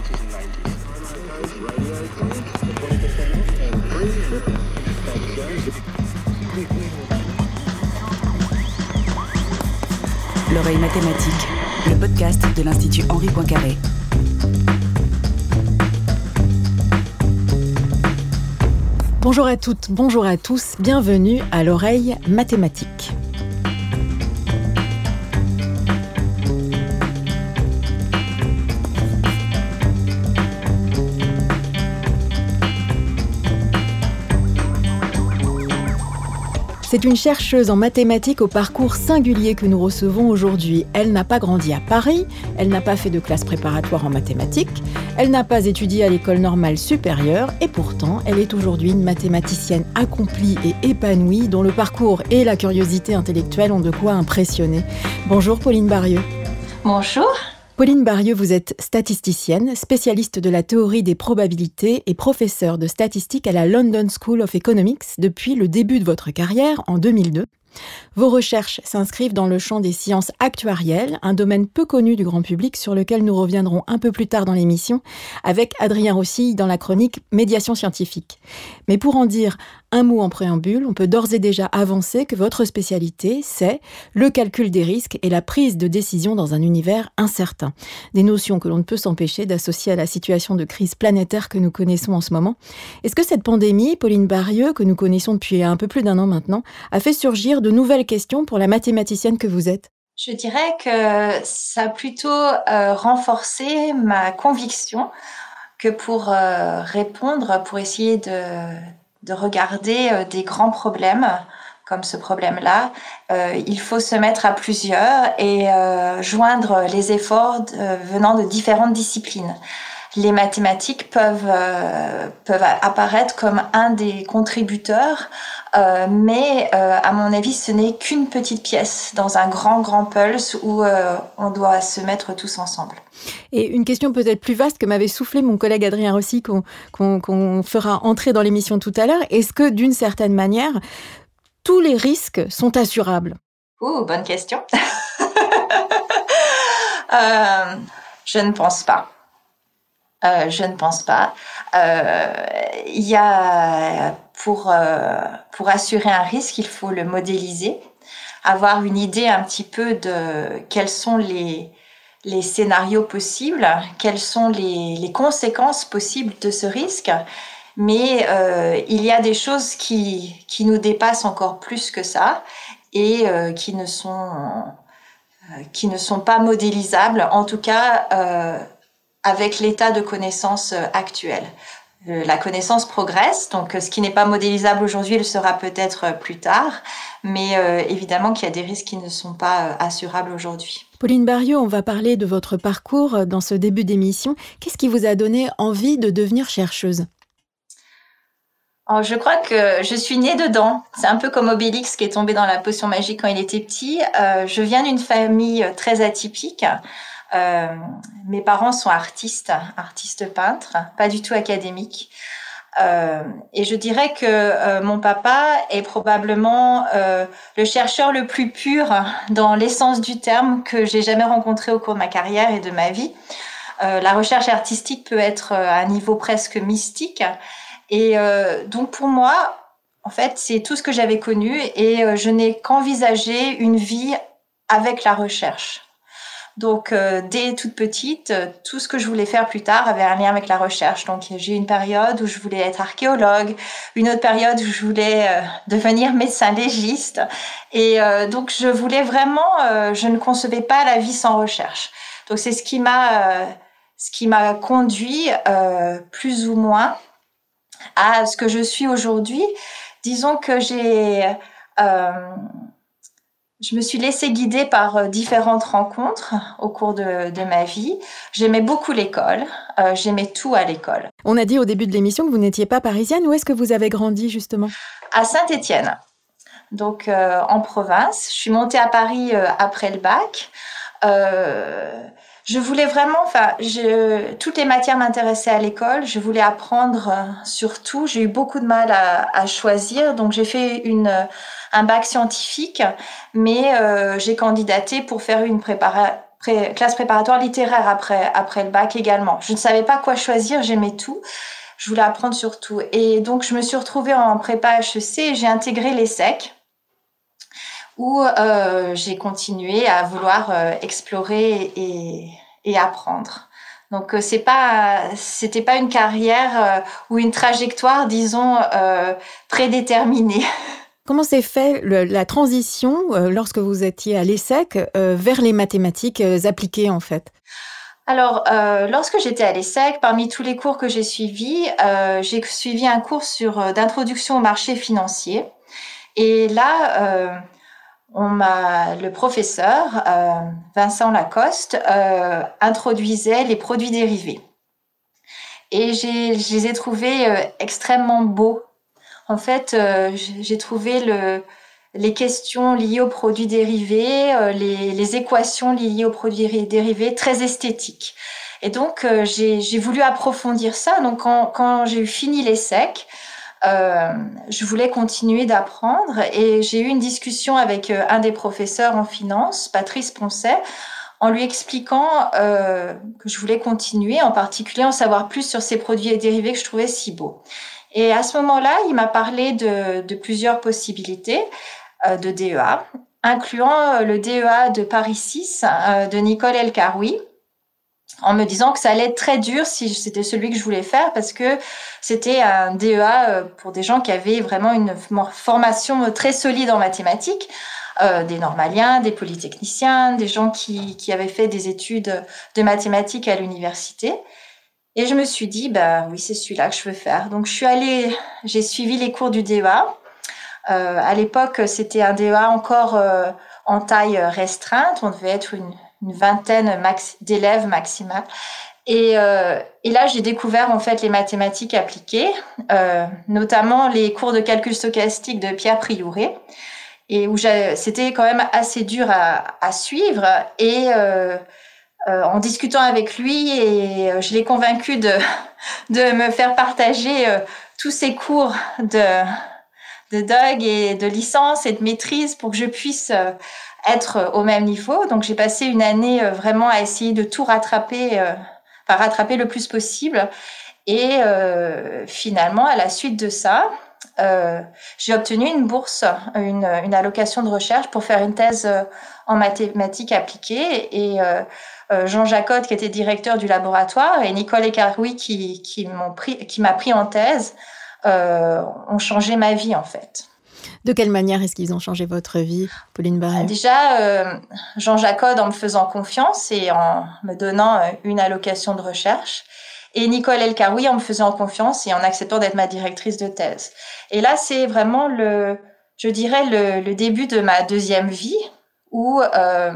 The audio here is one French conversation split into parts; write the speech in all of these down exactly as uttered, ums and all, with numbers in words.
L'oreille mathématique, le podcast de l'Institut Henri Poincaré. Bonjour à toutes, bonjour à tous, bienvenue à l'oreille mathématique. C'est une chercheuse en mathématiques au parcours singulier que nous recevons aujourd'hui. Elle n'a pas grandi à Paris, elle n'a pas fait de classe préparatoire en mathématiques, elle n'a pas étudié à l'école normale supérieure et pourtant, elle est aujourd'hui une mathématicienne accomplie et épanouie dont le parcours et la curiosité intellectuelle ont de quoi impressionner. Bonjour Pauline Barieux. Bonjour. Pauline Barieux, vous êtes statisticienne, spécialiste de la théorie des probabilités et professeure de statistique à la London School of Economics depuis le début de votre carrière en deux mille deux. Vos recherches s'inscrivent dans le champ des sciences actuarielles, un domaine peu connu du grand public sur lequel nous reviendrons un peu plus tard dans l'émission avec Adrien Rossille dans la chronique Médiation scientifique. Mais pour en dire un mot en préambule, on peut d'ores et déjà avancer que votre spécialité, c'est le calcul des risques et la prise de décision dans un univers incertain. Des notions que l'on ne peut s'empêcher d'associer à la situation de crise planétaire que nous connaissons en ce moment. Est-ce que cette pandémie, Pauline Barieux, que nous connaissons depuis un peu plus d'un an maintenant, a fait surgir de nouvelles questions pour la mathématicienne que vous êtes ? Je dirais que ça a plutôt euh, renforcé ma conviction que pour euh, répondre, pour essayer de, de regarder euh, des grands problèmes comme ce problème-là, euh, il faut se mettre à plusieurs et euh, joindre les efforts de, venant de différentes disciplines. Les mathématiques peuvent euh, peuvent apparaître comme un des contributeurs, euh, mais euh, à mon avis, ce n'est qu'une petite pièce dans un grand grand pulse où euh, on doit se mettre tous ensemble. Et une question peut-être plus vaste que m'avait soufflé mon collègue Adrien Rossille, qu'on, qu'on, qu'on fera entrer dans l'émission tout à l'heure. Est-ce que d'une certaine manière, tous les risques sont assurables ? Oh, bonne question. euh, je ne pense pas. Euh, je ne pense pas. Euh, il y a pour euh, pour assurer un risque, il faut le modéliser, avoir une idée un petit peu de quels sont les les scénarios possibles, quelles sont les les conséquences possibles de ce risque. Mais euh, il y a des choses qui qui nous dépassent encore plus que ça et euh, qui ne sont euh, qui ne sont pas modélisables. En tout cas. Euh, avec l'état de connaissance actuel. Euh, la connaissance progresse, donc ce qui n'est pas modélisable aujourd'hui le sera peut-être plus tard, mais euh, évidemment qu'il y a des risques qui ne sont pas euh, assurables aujourd'hui. Pauline Barieux, on va parler de votre parcours dans ce début d'émission. Qu'est-ce qui vous a donné envie de devenir chercheuse ? Alors, je crois que je suis née dedans. C'est un peu comme Obélix qui est tombé dans la potion magique quand il était petit. Euh, je viens d'une famille très atypique. Euh, mes parents sont artistes, artistes peintres, pas du tout académiques. Euh, et je dirais que euh, mon papa est probablement euh, le chercheur le plus pur dans l'essence du terme que j'ai jamais rencontré au cours de ma carrière et de ma vie. Euh, la recherche artistique peut être à un niveau presque mystique. Et euh, donc pour moi, en fait, c'est tout ce que j'avais connu et euh, je n'ai qu'envisagé une vie avec la recherche. Donc, euh, dès toute petite, euh, tout ce que je voulais faire plus tard avait un lien avec la recherche. Donc, j'ai eu une période où je voulais être archéologue, une autre période où je voulais euh, devenir médecin légiste. Et euh, donc, je voulais vraiment, euh, je ne concevais pas la vie sans recherche. Donc, c'est ce qui m'a, euh, ce qui m'a conduit euh, plus ou moins à ce que je suis aujourd'hui. Disons que j'ai... Euh, Je me suis laissée guider par différentes rencontres au cours de, de ma vie. J'aimais beaucoup l'école. Euh, j'aimais tout à l'école. On a dit au début de l'émission que vous n'étiez pas parisienne. Où est-ce que vous avez grandi, justement ? À Saint-Étienne, donc euh, en province. Je suis montée à Paris euh, après le bac. Euh, je voulais vraiment... Enfin, je, toutes les matières m'intéressaient à l'école. Je voulais apprendre euh, sur tout. J'ai eu beaucoup de mal à, à choisir. Donc, j'ai fait une... un bac scientifique, mais euh, j'ai candidaté pour faire une, prépara- pré- classe préparatoire littéraire après, après le bac également. Je ne savais pas quoi choisir, j'aimais tout. Je voulais apprendre sur tout. Et donc, je me suis retrouvée en prépa H E C et j'ai intégré l'ESSEC, où euh, j'ai continué à vouloir euh, explorer et, et apprendre. Donc euh, c'est pas, c'était pas une carrière euh, ou une trajectoire, disons, euh, prédéterminée. Comment s'est fait le, la transition euh, lorsque vous étiez à l'ESSEC euh, vers les mathématiques euh, appliquées en fait? Alors, euh, lorsque j'étais à l'ESSEC, parmi tous les cours que j'ai suivis, euh, j'ai suivi un cours sur euh, d'introduction au marché financier. Et là, euh, on m'a, le professeur euh, Vincent Lacoste euh, introduisait les produits dérivés. Et j'ai, je les ai trouvés euh, extrêmement beaux. En fait, euh, j'ai trouvé le, les questions liées aux produits dérivés, euh, les, les équations liées aux produits dérivés très esthétiques. Et donc, euh, j'ai, j'ai voulu approfondir ça. Donc, quand, quand j'ai eu fini l'ESSEC, euh, je voulais continuer d'apprendre et j'ai eu une discussion avec euh, un des professeurs en finance, Patrice Poncet, en lui expliquant euh, que je voulais continuer, en particulier en savoir plus sur ces produits dérivés que je trouvais si beaux. Et à ce moment-là, il m'a parlé de, de plusieurs possibilités euh, de D E A, incluant le D E A de Paris six euh, de Nicole El-Karoui, en me disant que ça allait être très dur si c'était celui que je voulais faire parce que c'était un D E A pour des gens qui avaient vraiment une formation très solide en mathématiques, euh, des normaliens, des polytechniciens, des gens qui, qui avaient fait des études de mathématiques à l'université. Et je me suis dit, bah oui, c'est celui-là que je veux faire. Donc je suis allée, j'ai suivi les cours du D E A. Euh, à l'époque, c'était un D E A encore euh, en taille restreinte. On devait être une une vingtaine max, d'élèves maximal. Et, euh, et là, j'ai découvert en fait les mathématiques appliquées, euh, notamment les cours de calcul stochastique de Pierre Priouré, et où j'ai, c'était quand même assez dur à, à suivre. Et euh, euh, en discutant avec lui, et je l'ai convaincu de, de me faire partager euh, tous ces cours de, de Doug et de licence et de maîtrise pour que je puisse euh, être au même niveau. Donc, j'ai passé une année euh, vraiment à essayer de tout rattraper, euh, enfin, rattraper le plus possible. Et euh, finalement, à la suite de ça, euh, j'ai obtenu une bourse, une, une allocation de recherche pour faire une thèse euh, en mathématiques appliquées. Et euh, euh, Jean Jacotte, qui était directeur du laboratoire, et Nicole El-Karoui, qui, qui, m'ont pris, qui m'a pris en thèse, euh, ont changé ma vie, en fait. De quelle manière est-ce qu'ils ont changé votre vie, Pauline Barrière ? Déjà, euh, Jean Jacotte en me faisant confiance et en me donnant une allocation de recherche. Et Nicole El-Karoui en me faisant confiance et en acceptant d'être ma directrice de thèse. Et là, c'est vraiment le, je dirais, le, le début de ma deuxième vie où euh,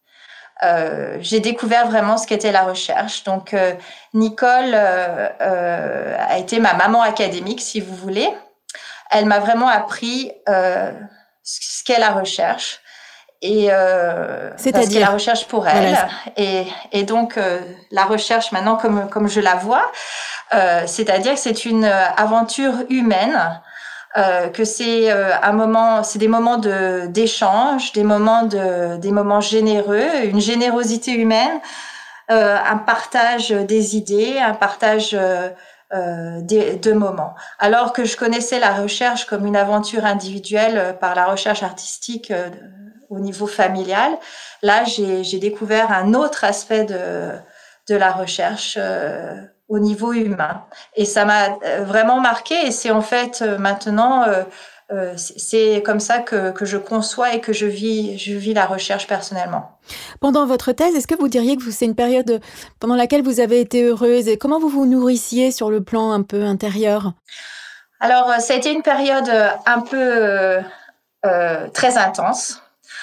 euh, j'ai découvert vraiment ce qu'était la recherche. Donc, euh, Nicole euh, euh, a été ma maman académique, si vous voulez. Elle m'a vraiment appris euh, ce qu'est la recherche et euh, C'est-à-dire ce qu'est la recherche pour elle. Voilà. Et, et donc, euh, la recherche, maintenant, comme, comme je la vois, euh, c'est-à-dire que c'est une aventure humaine, euh, que c'est euh, un moment, c'est des moments de, d'échange, des moments, de, des moments généreux, une générosité humaine, euh, un partage des idées, un partage... Euh, Euh, de, de moments. Alors que je connaissais la recherche comme une aventure individuelle euh, par la recherche artistique euh, de, au niveau familial, là j'ai, j'ai découvert un autre aspect de, de la recherche euh, au niveau humain. Et ça m'a vraiment marqué et c'est en fait euh, maintenant, euh, euh, c'est, c'est comme ça que, que je conçois et que je vis, je vis la recherche personnellement. Pendant votre thèse, est-ce que vous diriez que c'est une période pendant laquelle vous avez été heureuse et comment vous vous nourrissiez sur le plan un peu intérieur ? Alors, ça a été une période un peu euh, euh, très intense.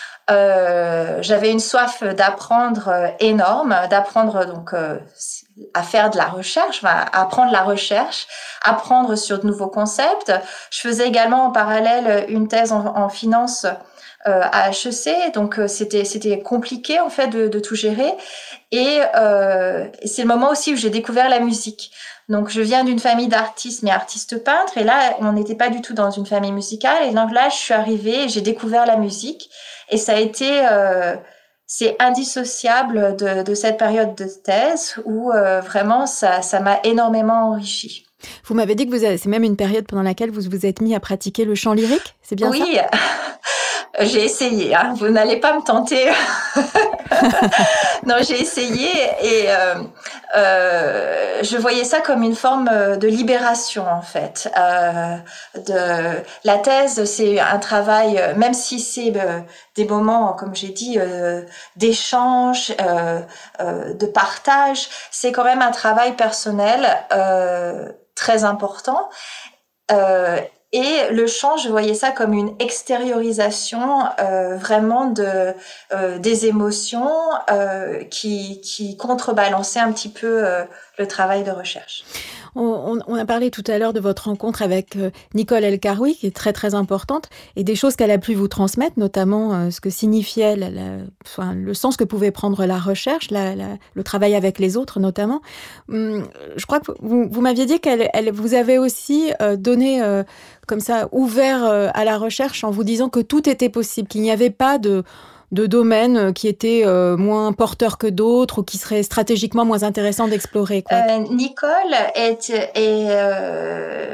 Euh, j'avais une soif d'apprendre euh, énorme, d'apprendre donc euh, à faire de la recherche, à apprendre la recherche, apprendre sur de nouveaux concepts. Je faisais également en parallèle une thèse en, en finance euh, à H E C, donc euh, c'était c'était compliqué en fait de, de tout gérer. Et euh, c'est le moment aussi où j'ai découvert la musique. Donc je viens d'une famille d'artistes, mais artistes peintres, et là on n'était pas du tout dans une famille musicale. Et donc là je suis arrivée, j'ai découvert la musique. Et ça a été, euh, c'est indissociable de, de cette période de thèse où euh, vraiment ça, ça m'a énormément enrichie. Vous m'avez dit que vous avez, c'est même une période pendant laquelle vous vous êtes mis à pratiquer le chant lyrique, c'est bien oui, ça? Oui, j'ai essayé, hein. Vous n'allez pas me tenter. Non, j'ai essayé et euh, euh, je voyais ça comme une forme de libération en fait. Euh, de, la thèse, c'est un travail, même si c'est euh, des moments, comme j'ai dit, euh, d'échange, euh, euh, de partage, c'est quand même un travail personnel euh, très important. Euh, Et le chant, je voyais ça comme une extériorisation euh, vraiment de euh, des émotions euh, qui qui contrebalançaient un petit peu euh, le travail de recherche. On, on a parlé tout à l'heure de votre rencontre avec euh, Nicole El-Karoui, qui est très très importante, et des choses qu'elle a pu vous transmettre, notamment euh, ce que signifiait la, la, enfin, le sens que pouvait prendre la recherche, la, la, le travail avec les autres notamment. Hum, je crois que vous, vous m'aviez dit qu'elle elle vous avait aussi euh, donné, euh, comme ça, ouvert euh, à la recherche en vous disant que tout était possible, qu'il n'y avait pas de... de domaines qui étaient euh, moins porteurs que d'autres ou qui seraient stratégiquement moins intéressants d'explorer, quoi. Euh, Nicole est, est, euh,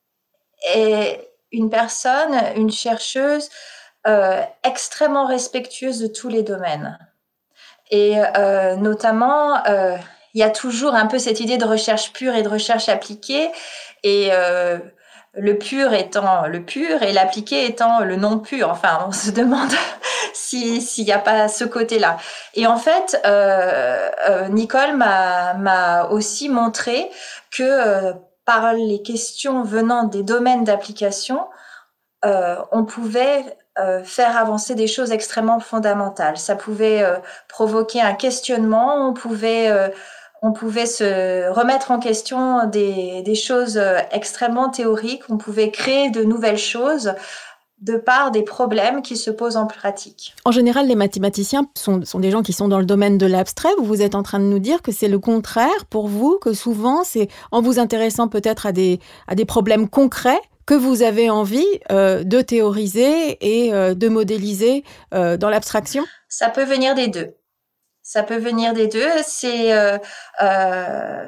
est une personne, une chercheuse euh, extrêmement respectueuse de tous les domaines. Et euh, notamment, euh, il y a toujours un peu cette idée de recherche pure et de recherche appliquée. Et euh, le pur étant le pur et l'appliqué étant le non pur. Enfin, on se demande si, s'il n'y a pas ce côté-là. Et en fait, euh, euh, Nicole m'a, m'a aussi montré que euh, par les questions venant des domaines d'application, euh, on pouvait euh, faire avancer des choses extrêmement fondamentales. Ça pouvait euh, provoquer un questionnement, on pouvait... Euh, on pouvait se remettre en question des, des choses extrêmement théoriques, on pouvait créer de nouvelles choses de par des problèmes qui se posent en pratique. En général, les mathématiciens sont, sont des gens qui sont dans le domaine de l'abstrait. Vous êtes en train de nous dire que c'est le contraire pour vous, que souvent, c'est en vous intéressant peut-être à des, à des problèmes concrets que vous avez envie euh, de théoriser et euh, de modéliser euh, dans l'abstraction? Ça peut venir des deux. Ça peut venir des deux. C'est euh, euh,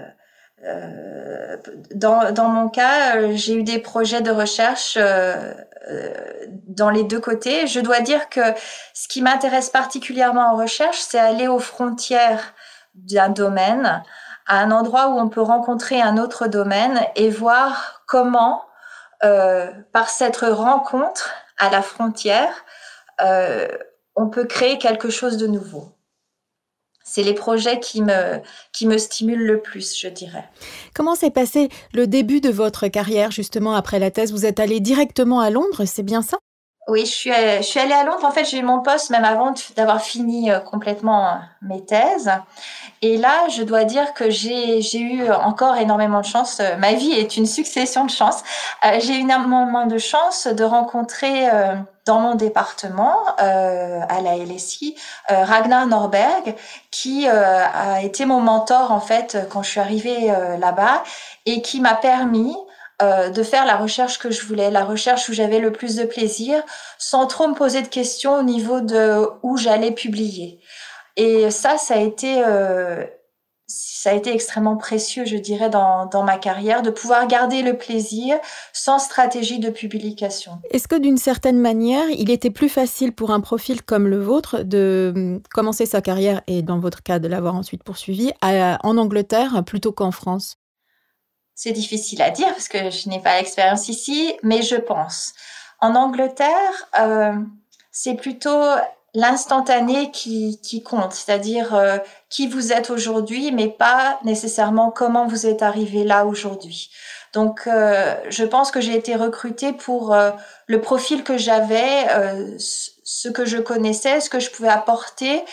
euh, dans dans mon cas, j'ai eu des projets de recherche euh, dans les deux côtés. Je dois dire que ce qui m'intéresse particulièrement en recherche, c'est aller aux frontières d'un domaine, à un endroit où on peut rencontrer un autre domaine et voir comment, euh, par cette rencontre à la frontière, euh, on peut créer quelque chose de nouveau. C'est les projets qui me, qui me stimulent le plus, je dirais. Comment s'est passé le début de votre carrière, justement, après la thèse? Vous êtes allée directement à Londres, c'est bien ça? Oui, je suis, je suis allée à Londres. En fait, j'ai eu mon poste même avant d'avoir fini complètement mes thèses. Et là, je dois dire que j'ai, j'ai eu encore énormément de chance. Ma vie est une succession de chances. Euh, j'ai eu énormément de chance de rencontrer euh, dans mon département, euh, à la L S I, euh, Ragnar Norberg, qui euh, a été mon mentor en fait quand je suis arrivée euh, là-bas et qui m'a permis Euh, de faire la recherche que je voulais, la recherche où j'avais le plus de plaisir, sans trop me poser de questions au niveau de où j'allais publier. Et ça, ça a été, euh, ça a été extrêmement précieux, je dirais, dans, dans ma carrière, de pouvoir garder le plaisir sans stratégie de publication. Est-ce que d'une certaine manière, il était plus facile pour un profil comme le vôtre de commencer sa carrière, et dans votre cas de l'avoir ensuite poursuivie, à, en Angleterre plutôt qu'en France? C'est difficile à dire parce que je n'ai pas l'expérience ici, mais je pense. En Angleterre, euh, c'est plutôt l'instantané qui, qui compte, c'est-à-dire euh, qui vous êtes aujourd'hui, mais pas nécessairement comment vous êtes arrivé là aujourd'hui. Donc, euh, je pense que j'ai été recrutée pour euh, le profil que j'avais, euh, ce que je connaissais, ce que je pouvais apporter,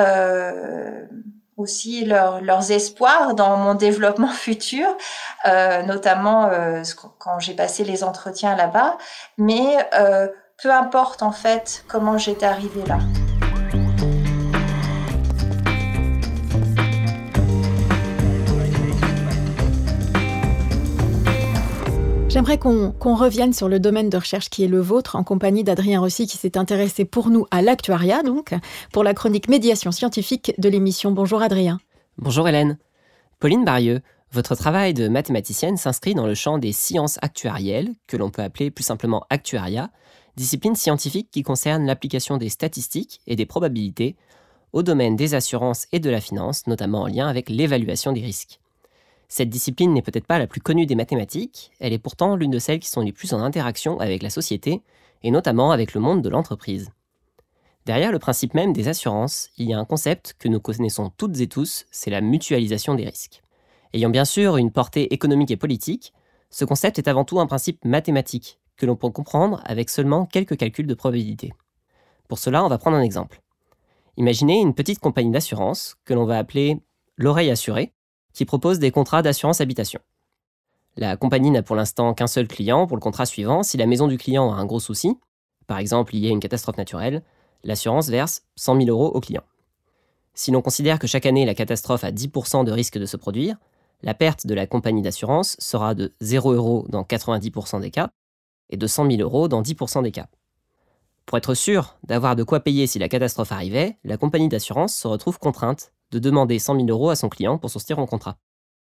euh, aussi leur, leurs espoirs dans mon développement futur, euh, notamment euh, quand j'ai passé les entretiens là-bas. Mais euh, peu importe en fait comment j'étais arrivée là. J'aimerais qu'on, qu'on revienne sur le domaine de recherche qui est le vôtre, en compagnie d'Adrien Rossi, qui s'est intéressé pour nous à l'actuariat, donc, pour la chronique médiation scientifique de l'émission. Bonjour Adrien. Bonjour Hélène. Pauline Barieux, votre travail de mathématicienne s'inscrit dans le champ des sciences actuarielles, que l'on peut appeler plus simplement actuariat, discipline scientifique qui concerne l'application des statistiques et des probabilités au domaine des assurances et de la finance, notamment en lien avec l'évaluation des risques. Cette discipline n'est peut-être pas la plus connue des mathématiques, elle est pourtant l'une de celles qui sont les plus en interaction avec la société, et notamment avec le monde de l'entreprise. Derrière le principe même des assurances, il y a un concept que nous connaissons toutes et tous, c'est la mutualisation des risques. Ayant bien sûr une portée économique et politique, ce concept est avant tout un principe mathématique, que l'on peut comprendre avec seulement quelques calculs de probabilité. Pour cela, on va prendre un exemple. Imaginez une petite compagnie d'assurance, que l'on va appeler l'oreille assurée, qui propose des contrats d'assurance habitation. La compagnie n'a pour l'instant qu'un seul client pour le contrat suivant. Si la maison du client a un gros souci, par exemple lié à une catastrophe naturelle, l'assurance verse cent mille euros au client. Si l'on considère que chaque année la catastrophe a dix pour cent de risque de se produire, la perte de la compagnie d'assurance sera de zéro euros dans quatre-vingt-dix pour cent des cas et de cent mille euros dans dix pour cent des cas. Pour être sûr d'avoir de quoi payer si la catastrophe arrivait, la compagnie d'assurance se retrouve contrainte de demander cent mille euros à son client pour souscrire au contrat.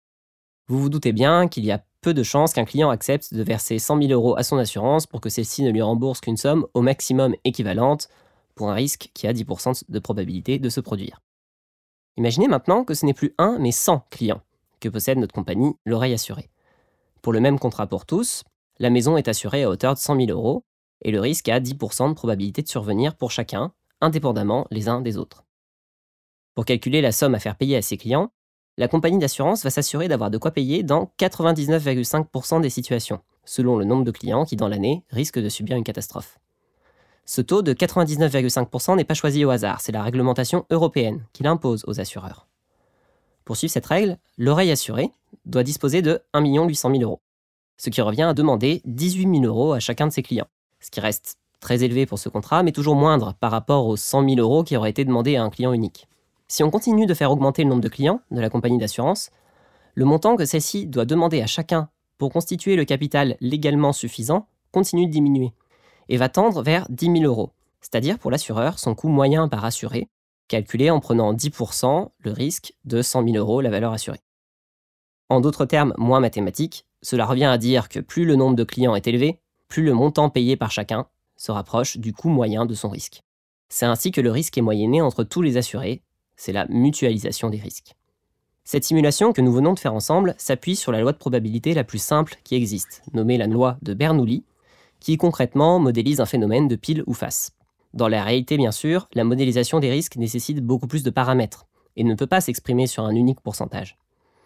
Vous vous doutez bien qu'il y a peu de chances qu'un client accepte de verser cent mille euros à son assurance pour que celle-ci ne lui rembourse qu'une somme au maximum équivalente pour un risque qui a dix pour cent de probabilité de se produire. Imaginez maintenant que ce n'est plus un, mais cent clients que possède notre compagnie, l'oreille assurée. Pour le même contrat pour tous, la maison est assurée à hauteur de cent mille euros et le risque a dix pour cent de probabilité de survenir pour chacun, indépendamment les uns des autres. Pour calculer la somme à faire payer à ses clients, la compagnie d'assurance va s'assurer d'avoir de quoi payer dans quatre-vingt-dix-neuf virgule cinq pour cent des situations, selon le nombre de clients qui, dans l'année, risquent de subir une catastrophe. Ce taux de quatre-vingt-dix-neuf virgule cinq pour cent n'est pas choisi au hasard, c'est la réglementation européenne qui l'impose aux assureurs. Pour suivre cette règle, l'oreille assurée doit disposer de un million huit cent mille euros, ce qui revient à demander dix-huit mille euros à chacun de ses clients, ce qui reste très élevé pour ce contrat, mais toujours moindre par rapport aux cent mille euros qui auraient été demandés à un client unique. Si on continue de faire augmenter le nombre de clients de la compagnie d'assurance, le montant que celle-ci doit demander à chacun pour constituer le capital légalement suffisant continue de diminuer et va tendre vers dix mille euros, c'est-à-dire pour l'assureur son coût moyen par assuré, calculé en prenant dix pour cent le risque de cent mille euros la valeur assurée. En d'autres termes moins mathématiques, cela revient à dire que plus le nombre de clients est élevé, plus le montant payé par chacun se rapproche du coût moyen de son risque. C'est ainsi que le risque est moyenné entre tous les assurés, c'est la mutualisation des risques. Cette simulation que nous venons de faire ensemble s'appuie sur la loi de probabilité la plus simple qui existe, nommée la loi de Bernoulli, qui concrètement modélise un phénomène de pile ou face. Dans la réalité, bien sûr, la modélisation des risques nécessite beaucoup plus de paramètres et ne peut pas s'exprimer sur un unique pourcentage.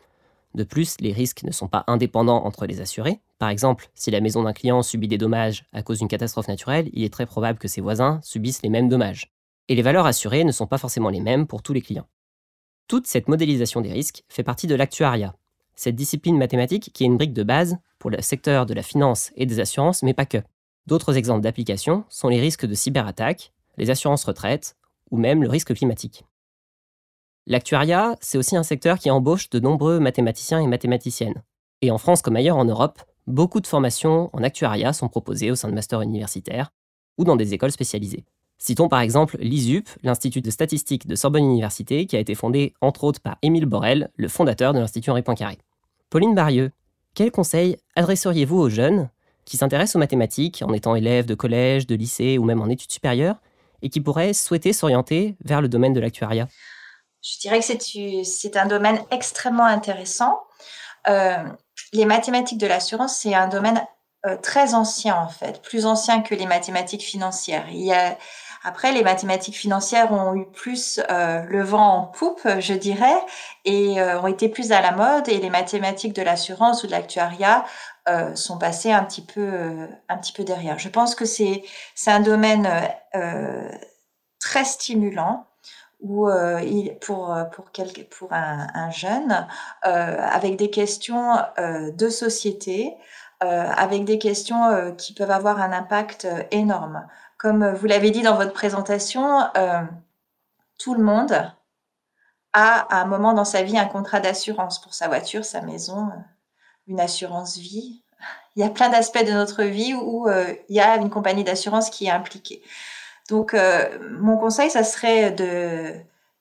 De plus, les risques ne sont pas indépendants entre les assurés. Par exemple, si la maison d'un client subit des dommages à cause d'une catastrophe naturelle, il est très probable que ses voisins subissent les mêmes dommages. Et les valeurs assurées ne sont pas forcément les mêmes pour tous les clients. Toute cette modélisation des risques fait partie de l'actuariat, cette discipline mathématique qui est une brique de base pour le secteur de la finance et des assurances, mais pas que. D'autres exemples d'application sont les risques de cyberattaque, les assurances retraite ou même le risque climatique. L'actuariat, c'est aussi un secteur qui embauche de nombreux mathématiciens et mathématiciennes. Et en France comme ailleurs en Europe, beaucoup de formations en actuariat sont proposées au sein de masters universitaires ou dans des écoles spécialisées. Citons par exemple l'I S U P, l'Institut de statistique de Sorbonne Université, qui a été fondé entre autres par Émile Borel, le fondateur de l'Institut Henri Poincaré. Pauline Barieux, quels conseils adresseriez-vous aux jeunes qui s'intéressent aux mathématiques en étant élèves de collège, de lycée ou même en études supérieures et qui pourraient souhaiter s'orienter vers le domaine de l'actuariat ? Je dirais que c'est, c'est un domaine extrêmement intéressant. Euh, les mathématiques de l'assurance, c'est un domaine euh, très ancien en fait, plus ancien que les mathématiques financières. Il y a Après, les mathématiques financières ont eu plus euh, le vent en poupe, je dirais, et euh, ont été plus à la mode. Et les mathématiques de l'assurance ou de l'actuariat euh, sont passées un petit peu, euh, un petit peu derrière. Je pense que c'est, c'est un domaine euh, très stimulant où euh, il, pour pour quel, pour un, un jeune euh, avec des questions euh, de société, euh, avec des questions euh, qui peuvent avoir un impact euh, énorme. Comme vous l'avez dit dans votre présentation, euh, tout le monde a à un moment dans sa vie un contrat d'assurance pour sa voiture, sa maison, une assurance vie. il y a plein d'aspects de notre vie où euh, il y a une compagnie d'assurance qui est impliquée. Donc, euh, mon conseil, ça serait de,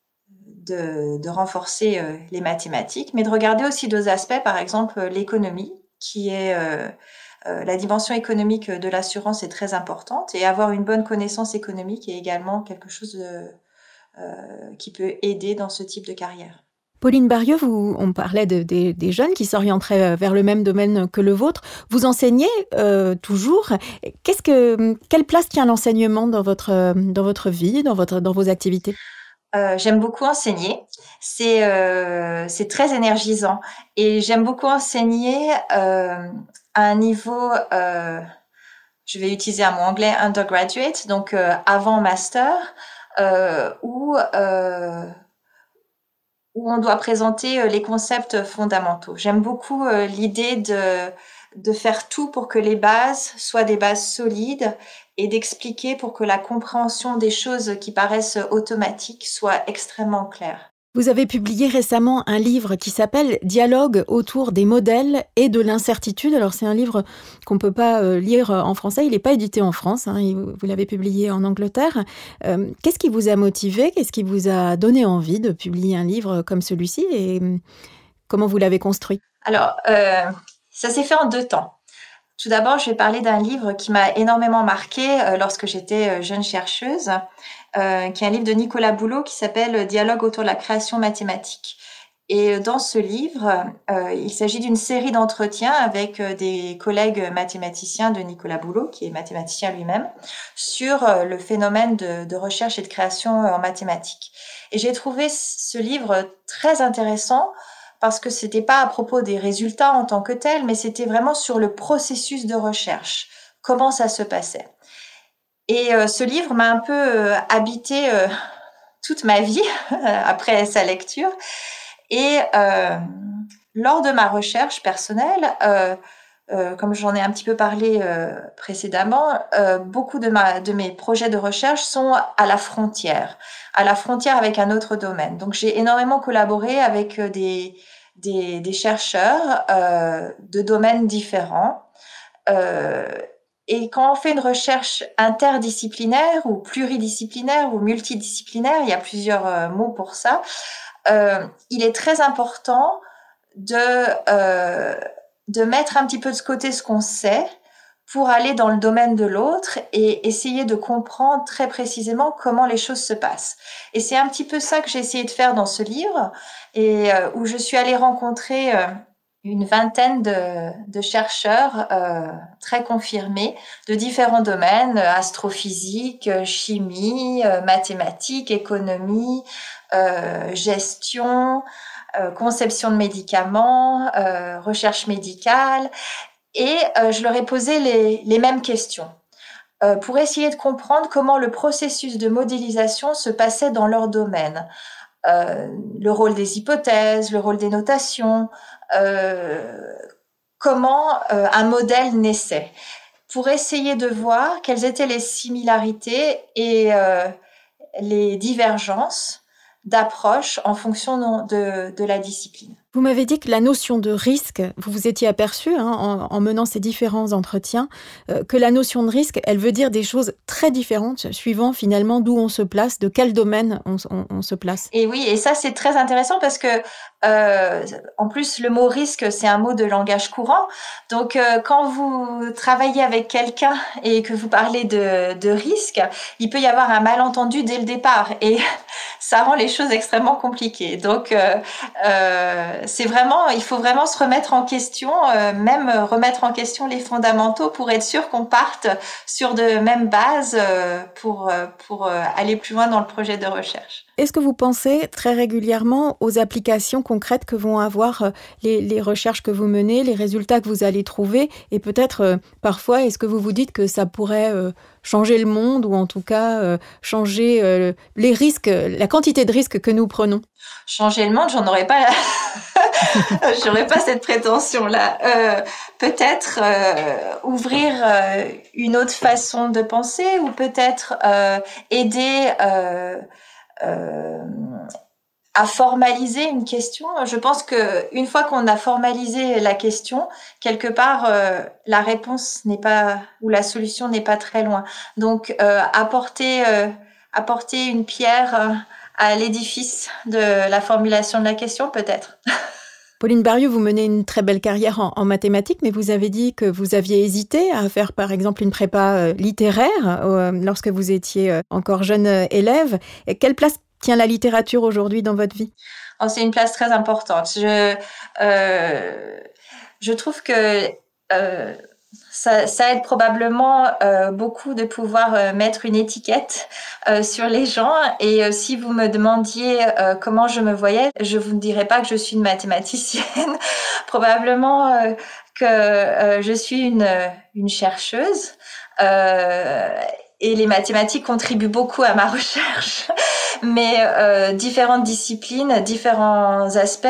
de, de renforcer euh, les mathématiques, mais de regarder aussi d'autres aspects, par exemple l'économie, qui est euh, euh, la dimension économique de l'assurance est très importante, et avoir une bonne connaissance économique est également quelque chose de, euh, qui peut aider dans ce type de carrière. Pauline Barieux, vous, on parlait de, de, des jeunes qui s'orienteraient vers le même domaine que le vôtre. Vous enseignez euh, toujours. Qu'est-ce que, quelle place tient l'enseignement dans votre, dans votre vie, dans, votre, dans vos activités ? Euh, j'aime beaucoup enseigner. C'est, euh, c'est très énergisant. Et j'aime beaucoup enseigner euh, à un niveau, euh, je vais utiliser un mot anglais, undergraduate, donc euh, avant master, euh, où... Euh, où on doit présenter les concepts fondamentaux. J'aime beaucoup euh, l'idée de, de faire tout pour que les bases soient des bases solides et d'expliquer pour que la compréhension des choses qui paraissent automatiques soit extrêmement claire. Vous avez publié récemment un livre qui s'appelle « Dialogue autour des modèles et de l'incertitude ». Alors, c'est un livre qu'on ne peut pas euh, lire en français. Il n'est pas édité en France. Hein, vous l'avez publié en Angleterre. Euh, qu'est-ce qui vous a motivé ? Qu'est-ce qui vous a donné envie de publier un livre comme celui-ci ? Et comment vous l'avez construit ? Alors, euh, ça s'est fait en deux temps. Tout d'abord, je vais parler d'un livre qui m'a énormément marquée euh, lorsque j'étais jeune chercheuse, euh, qui est un livre de Nicolas Boulot qui s'appelle « Dialogue autour de la création mathématique ». Et dans ce livre, euh, il s'agit d'une série d'entretiens avec euh, des collègues mathématiciens de Nicolas Boulot, qui est mathématicien lui-même, sur euh, le phénomène de, de recherche et de création en mathématiques. Et j'ai trouvé ce livre très intéressant parce que c'était pas à propos des résultats en tant que tels, mais c'était vraiment sur le processus de recherche, comment ça se passait. Et euh, ce livre m'a un peu euh, habité euh, toute ma vie après sa lecture. Et euh, lors de ma recherche personnelle, euh, euh, comme j'en ai un petit peu parlé euh, précédemment, euh, beaucoup de, ma, de mes projets de recherche sont à la frontière, à la frontière avec un autre domaine. Donc j'ai énormément collaboré avec des, des, des chercheurs euh, de domaines différents. Euh, et quand on fait une recherche interdisciplinaire ou pluridisciplinaire ou multidisciplinaire, il y a plusieurs euh, mots pour ça, Euh, il est très important de, euh, de mettre un petit peu de côté ce qu'on sait pour aller dans le domaine de l'autre et essayer de comprendre très précisément comment les choses se passent. Et c'est un petit peu ça que j'ai essayé de faire dans ce livre, et euh, où je suis allée rencontrer euh, une vingtaine de, de chercheurs euh, très confirmés de différents domaines, astrophysique, chimie, euh, mathématiques, économie, euh, gestion, euh, conception de médicaments, euh, recherche médicale. Et euh, je leur ai posé les, les mêmes questions euh, pour essayer de comprendre comment le processus de modélisation se passait dans leur domaine. Euh, le rôle des hypothèses, le rôle des notations, euh, comment euh, un modèle naissait, pour essayer de voir quelles étaient les similarités et euh, les divergences d'approche en fonction de, de la discipline. Vous m'avez dit que la notion de risque, vous vous étiez aperçu hein, en, en menant ces différents entretiens, euh, que la notion de risque, elle veut dire des choses très différentes suivant finalement d'où on se place, de quel domaine on, on, on se place. Et oui, et ça c'est très intéressant parce que euh, en plus le mot risque c'est un mot de langage courant. Donc euh, quand vous travaillez avec quelqu'un et que vous parlez de, de risque, il peut y avoir un malentendu dès le départ et ça rend les choses extrêmement compliquées. Donc euh, euh, c'est vraiment, il faut vraiment se remettre en question, euh, même remettre en question les fondamentaux pour être sûr qu'on parte sur de mêmes bases euh, pour, pour euh, aller plus loin dans le projet de recherche. Est-ce que vous pensez très régulièrement aux applications concrètes que vont avoir les, les recherches que vous menez, les résultats que vous allez trouver, et peut-être euh, parfois, est-ce que vous vous dites que ça pourrait euh, changer le monde ou en tout cas euh, changer euh, les risques, la quantité de risques que nous prenons ? Changer le monde, j'en aurais pas, j'aurais pas cette prétention-là. Euh, peut-être euh, ouvrir euh, une autre façon de penser, ou peut-être euh, aider. Euh, Euh, à formaliser une question. Je pense que une fois qu'on a formalisé la question, quelque part, euh, la réponse n'est pas ou la solution n'est pas très loin. Donc, euh, apporter euh, apporter une pierre euh, à l'édifice de la formulation de la question, peut-être. Pauline Barieux, vous menez une très belle carrière en, en mathématiques, mais vous avez dit que vous aviez hésité à faire, par exemple, une prépa euh, littéraire euh, lorsque vous étiez euh, encore jeune euh, élève. Et quelle place tient la littérature aujourd'hui dans votre vie ? Oh, c'est une place très importante. Je, euh, je trouve que euh, ça, ça aide probablement euh, beaucoup de pouvoir euh, mettre une étiquette euh, sur les gens. Et euh, si vous me demandiez euh, comment je me voyais, je vous ne dirais pas que je suis une mathématicienne. Probablement euh, que euh, je suis une, une chercheuse. Euh, et les mathématiques contribuent beaucoup à ma recherche. Mais euh, différentes disciplines, différents aspects,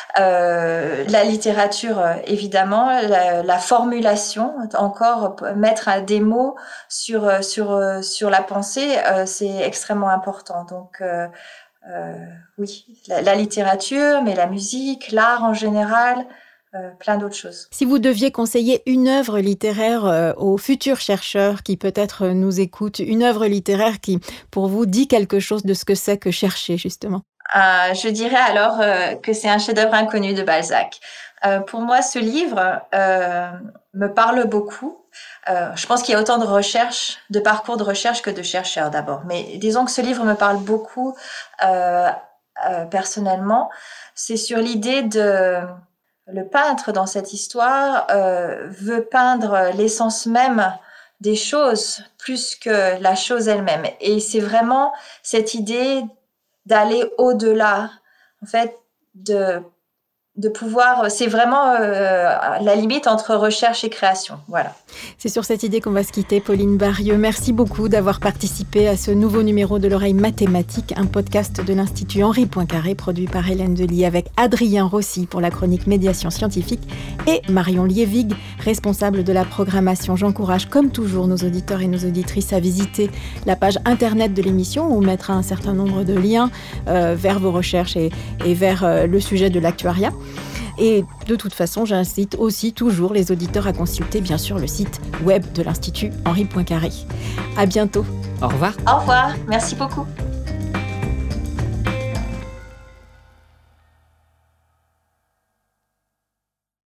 euh, la littérature évidemment, la, la formulation, encore mettre des mots sur sur sur la pensée, euh, c'est extrêmement important. Donc euh, euh, oui, la, la littérature, mais la musique, l'art en général. Euh, plein d'autres choses. Si vous deviez conseiller une œuvre littéraire euh, aux futurs chercheurs qui peut-être nous écoutent, une œuvre littéraire qui, pour vous, dit quelque chose de ce que c'est que chercher, justement. Euh, je dirais alors euh, que c'est un chef-d'œuvre inconnu de Balzac. Euh, pour moi, ce livre euh, me parle beaucoup. Euh, je pense qu'il y a autant de recherches, de parcours de recherche que de chercheurs d'abord. Mais disons que ce livre me parle beaucoup euh, euh, personnellement. C'est sur l'idée de... Le peintre, dans cette histoire, euh, veut peindre l'essence même des choses plus que la chose elle-même. Et c'est vraiment cette idée d'aller au-delà, en fait, de, de pouvoir... C'est vraiment euh, la limite entre recherche et création. Voilà. C'est sur cette idée qu'on va se quitter, Pauline Barieux. Merci beaucoup d'avoir participé à ce nouveau numéro de l'Oreille Mathématique, un podcast de l'Institut Henri Poincaré, produit par Hélène Delis avec Adrien Rossi pour la chronique Médiation scientifique et Marion Lievig, responsable de la programmation. J'encourage, comme toujours, nos auditeurs et nos auditrices à visiter la page internet de l'émission où on mettra un certain nombre de liens euh, vers vos recherches et, et vers euh, le sujet de l'actuariat. Et de toute façon, j'incite aussi toujours les auditeurs à consulter, bien sûr, le site web de l'Institut Henri Poincaré. À bientôt. Au revoir. Au revoir. Merci beaucoup.